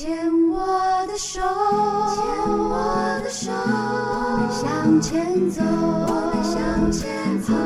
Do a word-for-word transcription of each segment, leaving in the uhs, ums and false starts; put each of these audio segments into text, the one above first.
牵我的手，牵我的手，我们向前走，我们向前走。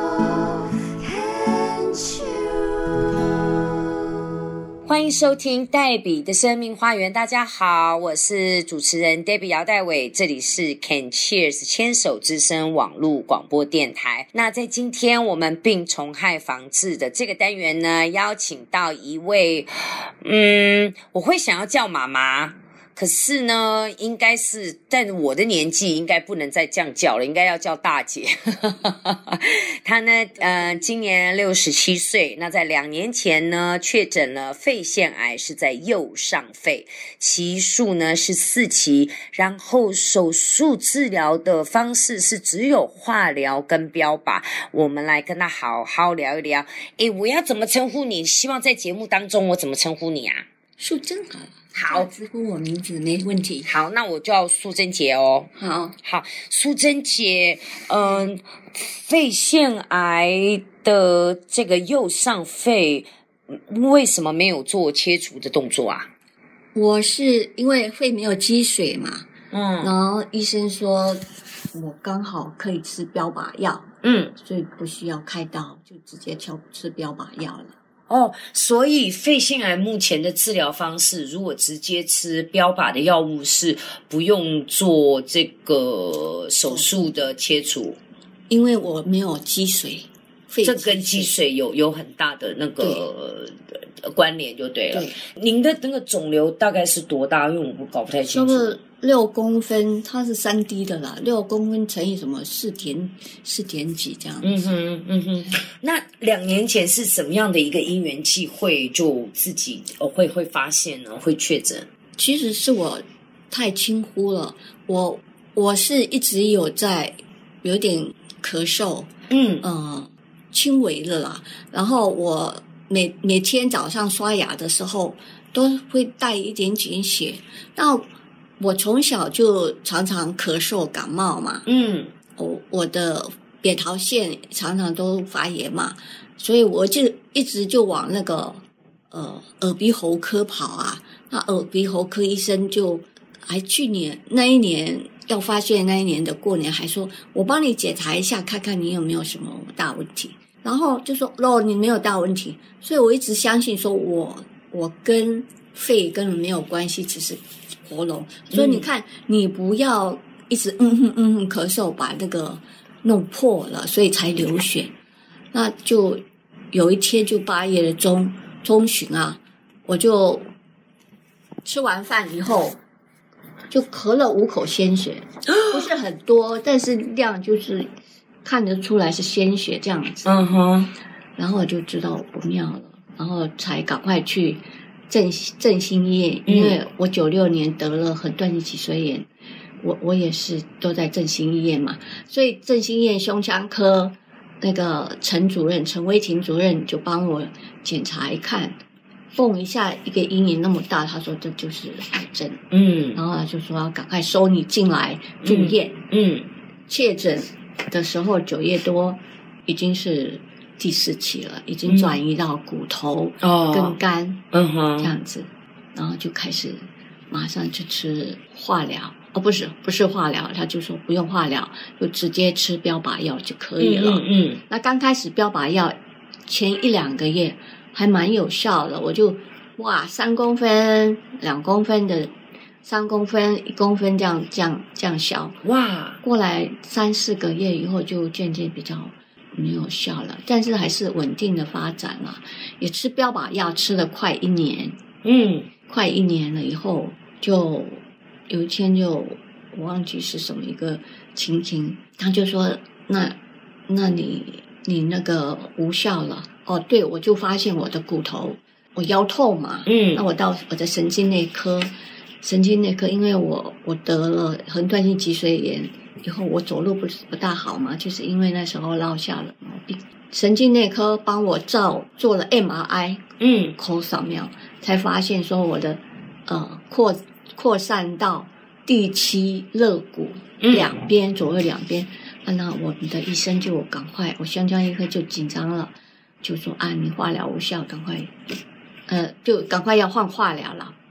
欢迎收听黛比的生命花园，大家好，我是主持人 Debbie 姚黛伟，这里是 Can Cheers 牵手之声网络广播电台。那在今天我们病虫害防治的这个单元呢，邀请到一位，嗯，我会想要叫妈妈。可是呢，应该是，但我的年纪应该不能再这样叫了，应该要叫大姐。她呢，呃，今年六十七岁。那在两年前呢，确诊了肺腺癌，是在右上肺，期数呢是四期，然后手术治疗的方式是只有化疗跟标靶。我们来跟她好好聊一聊。诶，我要怎么称呼你？希望在节目当中我怎么称呼你啊？ 素贞好了。 好， 直呼我名字没问题。 好，那我叫素贞姐哦。 好， 好，素贞姐，嗯，肺腺癌的这个右上肺，为什么没有做切除的动作啊？ 我是因为肺没有积水嘛， 嗯， 然后医生说我刚好可以吃标靶药， 嗯， 所以不需要开刀，就直接吃吃标靶药了。 哦，所以肺腺癌目前的治疗方式，如果直接吃标靶的药物，是不用做这个手术的切除， 因为我没有积水，肺这跟积水有有很大的那个关联，就对了。 对， 您的那个肿瘤大概是多大？因为我搞不太清楚。 六公分，它是三 D 的啦，六公分乘以什么四点四点几这样子。 嗯哼嗯哼。那两年前是什么样的一个因缘际会，就自己会会发现呢？会确诊？ 其实是我太轻忽了，我我是一直有在有点咳嗽， 嗯呃，轻微的啦。然后我每每天早上刷牙的时候都会带一点点血。那我从小就常常咳嗽感冒嘛， 嗯， 我我的扁桃腺常常都发炎嘛，所以我就一直就往那个呃耳鼻喉科跑啊。那耳鼻喉科医生就还去年那一年要发现那一年的过年还说，我帮你检查一下，看看你有没有什么大问题。然后就说哦，你没有大问题，所以我一直相信说我我跟肺根本没有关系，只是喉咙。所以你看，嗯、你不要一直嗯哼嗯哼咳嗽，把那个弄破了，所以才流血。那就有一天就八月的中中旬啊，我就吃完饭以后就咳了五口鲜血，不是很多，但是量就是看得出来是鲜血这样子。 嗯哼， 然后我就知道不妙了，然后才赶快去振振兴医院，因为我九六年得了横断性脊髓炎，我我也是都在振兴医院嘛，所以振兴医院胸腔科那个陈主任陈威婷主任就帮我检查一看，缝一下一个阴影那么大，他说这就是癌症，嗯，然后他就说要赶快收你进来住院，嗯，嗯确诊的时候九月多已经是第四期了，已经转移到骨头跟肝，嗯哼，这样子，然后就开始马上去吃化疗，哦，不是不是化疗，他就说不用化疗，就直接吃标靶药就可以了。嗯 嗯, 嗯，那刚开始标靶药前一两个月还蛮有效的，我就哇三公分、两公分的。三公分、一公分这样、这样、这样消，哇！过来三四个月以后，就渐渐比较没有效了，但是还是稳定的发展了。也吃标靶药吃了快一年，嗯，快一年了以后，就有一天就我忘记是什么一个情形，他就说：“那那你你那个无效了。”哦，对，我就发现我的骨头，我腰痛嘛，嗯，那我到我的神经内科。神经内科，因为我我得了横断性脊髓炎以后，我走路不是不大好嘛，就是因为那时候落下了毛病。神经内科帮我照做了 M R I， 嗯，口扫描，才发现说我的呃扩扩散到第七肋骨两边、嗯、左右两边。啊，那我们的医生就赶快，我胸腔医科就紧张了，就说啊，你化疗无效，赶快呃就赶快要换化疗了。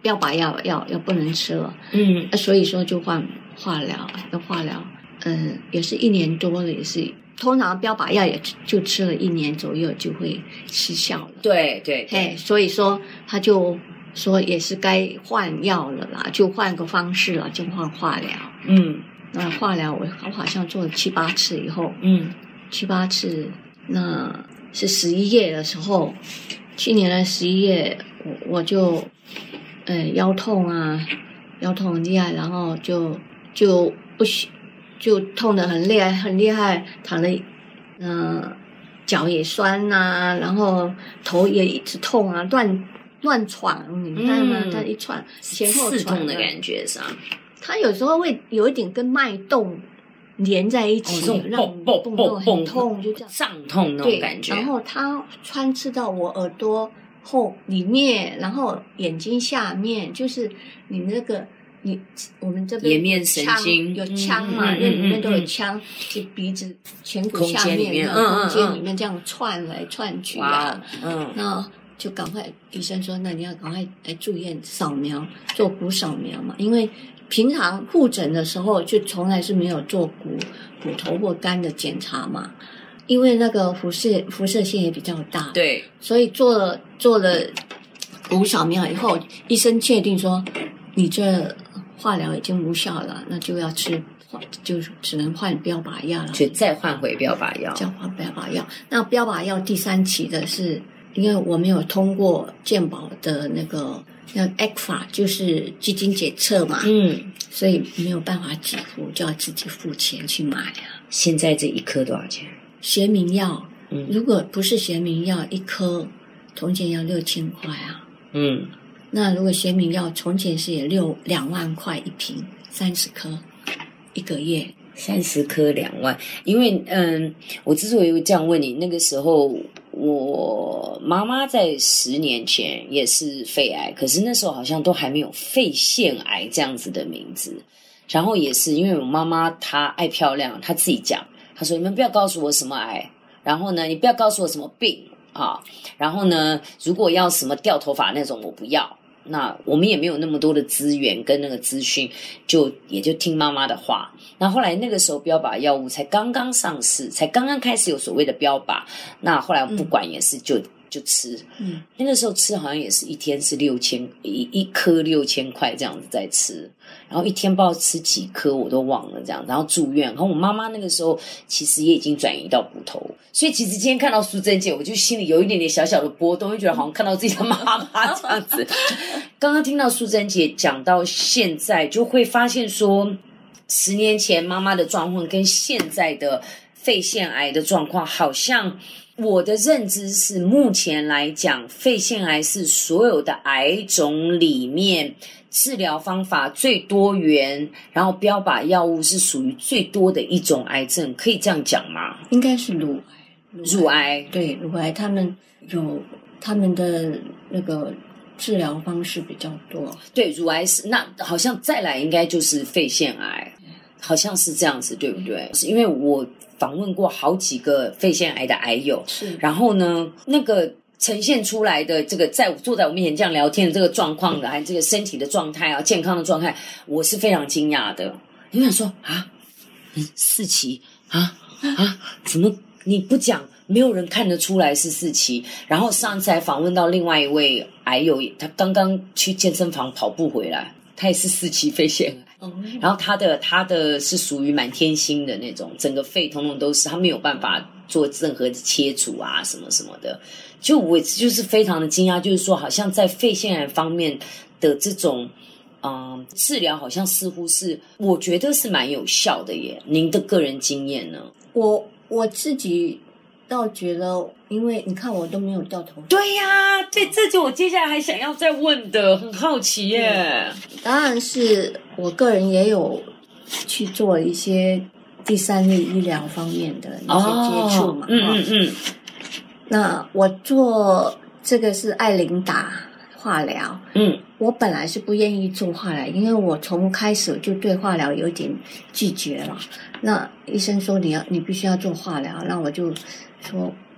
标靶药要要不能吃了， 嗯， 所以说就换化疗，要化疗，嗯，也是一年多了，也是通常标靶药也就吃了一年左右就会失效了。 对对对， 嘿，所以说他就说也是该换药了啦，就换个方式了，就换化疗。 嗯， 那化疗我我好像做了七八次以后， 嗯， 七八次，那是十一月的时候，去年的十一月，我我就，呃，腰痛啊，腰痛很厉害，然后就就不行，就痛得很厉害，很厉害，躺了，嗯、呃，脚也酸呐、啊，然后头也一直痛啊，乱乱闯，你看吗？它、嗯、一窜前后刺痛的感觉是吧？ 它有时候会有一点跟脉动连在一起， 哦、 让动动很痛，就这样胀痛那种感觉。 然后它穿刺到我耳朵后里面，然后眼睛下面，就是你那个你我们这边颜面神经有腔嘛，因为、嗯、里面都有腔，就鼻子颧骨下面的空间里面这样窜来窜去啊，嗯，那就赶快医生说，那你要赶快来住院扫描，做骨扫描嘛，因为平常复诊的时候就从来是没有做骨骨头或肝的检查嘛，因为那个辐射辐射线也比较大， 对， 所以做了做了骨扫描以后，医生确定说你这化疗已经无效了，那就要吃，就只能换标靶药了， 就再换回标靶药， 再换标靶药。那标靶药第三期的是，因为我没有通过健保的那个。那 E C F A 就是基金检测嘛， 嗯， 所以没有办法给付，就要自己付钱去买啊。 现在这一颗多少钱？ 学名药， 嗯， 如果不是学名药，一颗从前要六千块啊， 嗯， 那如果学名药从前是也六两万块一瓶，三十颗一个月， 三十颗两万。因为嗯，我之所以这样问你，那个时候。我妈妈在十年前也是肺癌，可是那时候好像都还没有肺腺癌这样子的名字。然后也是因为我妈妈她爱漂亮，她自己讲，她说你们不要告诉我什么癌，然后呢你不要告诉我什么病啊，然后呢如果要什么掉头发那种我不要。那我们也没有那么多的资源跟那个资讯，就也就听妈妈的话。那后来那个时候标靶药物才刚刚上市，才刚刚开始有所谓的标靶。那后来不管也是就、嗯、就吃， 嗯， 那个时候吃好像也是一天是六千一一颗六千块这样子在吃，然后一天不知道吃几颗我都忘了这样，然后住院。然后我妈妈那个时候其实也已经转移到骨头，所以其实今天看到淑珍姐，我就心里有一点点小小的波动，就觉得好像看到自己的妈妈这样子。刚刚听到淑珍姐讲到现在，就会发现说，十年前妈妈的状况跟现在的肺腺癌的状况，好像我的认知是，目前来讲，肺腺癌是所有的癌种里面治疗方法最多元，然后标靶药物是属于最多的一种癌症，可以这样讲吗？ 应该是乳癌， 乳癌， 对，乳癌他们有他们的那个治疗方式比较多。 对，乳癌是，那好像再来应该就是肺腺癌，好像是这样子，对不对？是因为我访问过好几个肺腺癌的癌友， 是，然后呢，那个呈现出来的这个在坐在我面前这样聊天的这个状况的，还有这个身体的状态啊，健康的状态，我是非常惊讶的。你想说啊，嗯，四期啊啊，怎么你不讲？没有人看得出来是四期。然后上次还访问到另外一位癌友，他刚刚去健身房跑步回来，他也是四期肺腺癌。然后他的他的是属于满天星的那种，整个肺统统都是，他没有办法做任何的切除啊什么什么的。就我就是非常的惊讶，就是说好像在肺腺癌方面的这种嗯治疗，好像似乎是我觉得是蛮有效的耶。您的个人经验呢？ 我我自己倒觉得，因为你看我都没有掉头发。 对呀、啊，对，这就我接下来还想要再问的，很好奇耶。 当然是我个人也有去做一些第三类医疗方面的一些接触嘛。 哦、嗯嗯嗯。 那我做这个是艾琳达化疗。 嗯， 我本来是不愿意做化疗，因为我从开始就对化疗有点拒绝了。那医生说你要你必须要做化疗，那我就说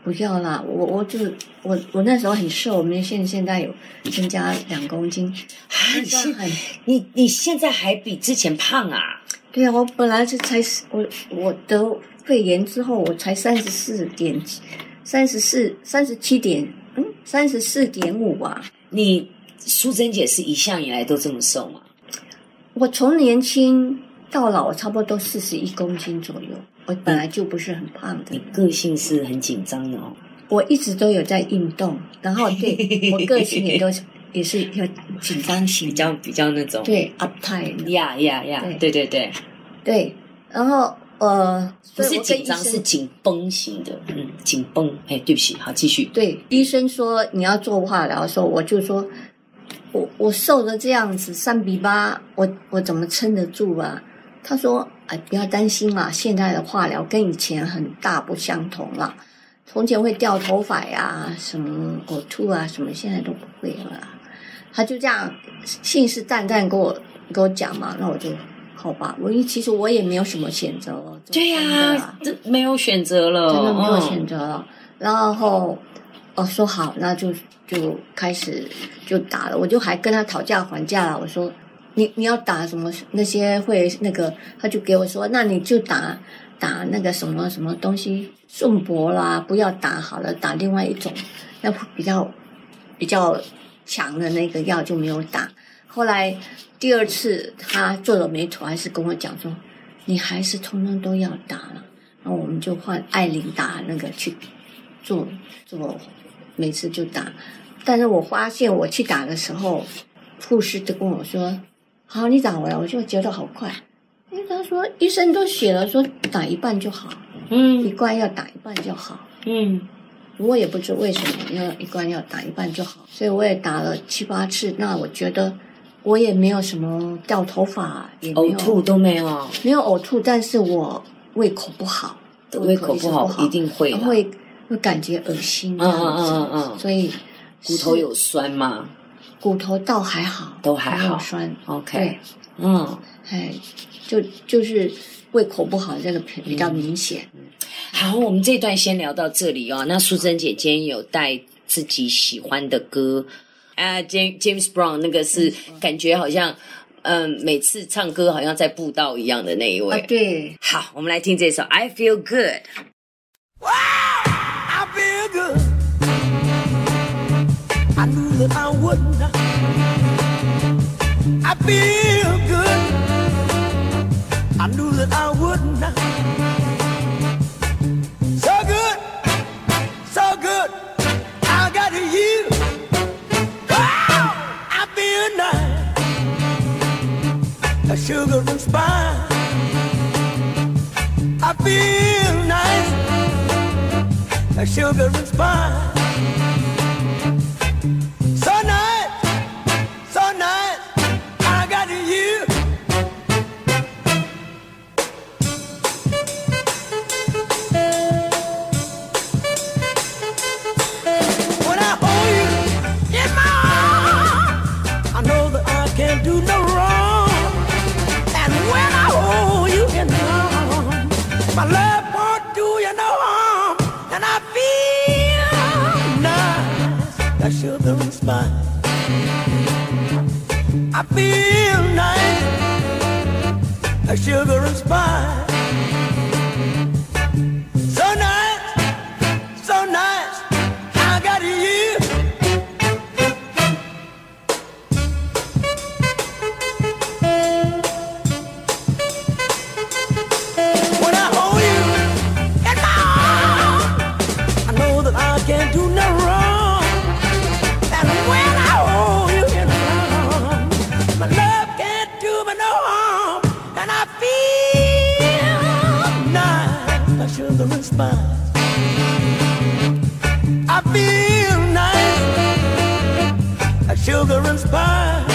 不要啦，我我就我我那时候很瘦，我们现现在有增加两公斤， 啊，你现很你你现在还比之前胖啊？ 对啊，我本来是才我我得肺炎之后，我才三十四点三十四三十七点嗯三十四点五啊。 你淑珍姐是一向以来都这么瘦吗？ 我从年轻到老，我差不多都四十一公斤左右。我本来就不是很胖的。 你个性是很紧张的哦。 我一直都有在运动，然后对我个性也都也是要紧张型， 比较比较那种对 uptight 呀呀呀，对对对对，然后呃不是紧张是紧绷型的，嗯，紧绷。哎，对不起，好继续。 对，医生说你要做化疗的时候，我就说我我瘦的这样子三比八，我我怎么撑得住啊？他说哎，不要担心啦，现在的化疗跟以前很大不相同啦。从前会掉头发呀，什么呕吐啊，什么现在都不会了啦。他就这样信誓旦旦跟我跟我讲嘛，那我就好吧。我其实我也没有什么选择了。 对呀、啊，这没有选择了， 真的没有选择了。嗯、然后哦说好，那就就开始就打了。我就还跟他讨价还价了。我说你你要打什么那些会那个，他就给我说，那你就打打那个什么什么东西。顺铂啦，不要打好了，打另外一种，那比较比较强的那个药就没有打。后来第二次他皱了眉头，还是跟我讲说，你还是通通都要打了。然后我们就换艾琳达那个去做做，每次就打。但是我发现我去打的时候，护士就跟我说，好，你打回来，我就觉得好快。因为他说医生都写了说打一半就好。嗯，一罐要打一半就好。嗯，我也不知为什么要一罐要打一半就好，所以我也打了七八次。那我觉得我也没有什么掉头发，也没有呕吐都没有， 没有呕吐，但是我胃口不好， 胃口不好一定会会会感觉恶心这样子。嗯嗯嗯嗯，所以骨头有酸吗？ 骨头倒还好， 都还好， 没有酸。 OK， 对， 嗯， 哎，就就是胃口不好，这个比较明显。 嗯好，我们这段先聊到这里哦。那淑珍姐今天有带自己喜欢的歌啊 ，James James Brown 那个是感觉好像，嗯，每次唱歌好像在布道一样的那一位。 啊，对。 好，我们来听这首《I Feel Good》。 Wow, I feel good. I knew that I wouldn't. I feel good. I knew that I wouldn't.So good, so good, I got you. Wow, I feel nice, a sugar and spice. I feel nice, a sugar and spice. So nice, so nice, I got you.Do no wrong, and when I hold you in my arms, my love won't do you no harm, and I feel nice, that sugar and spice. I feel nice, that sugar and spice. So nice, so nice, I got you.Do no wrong, and when I hold you in my arms, my love can't do me no harm, and I feel nice, like sugar and spice. I feel nice, like sugar and spice.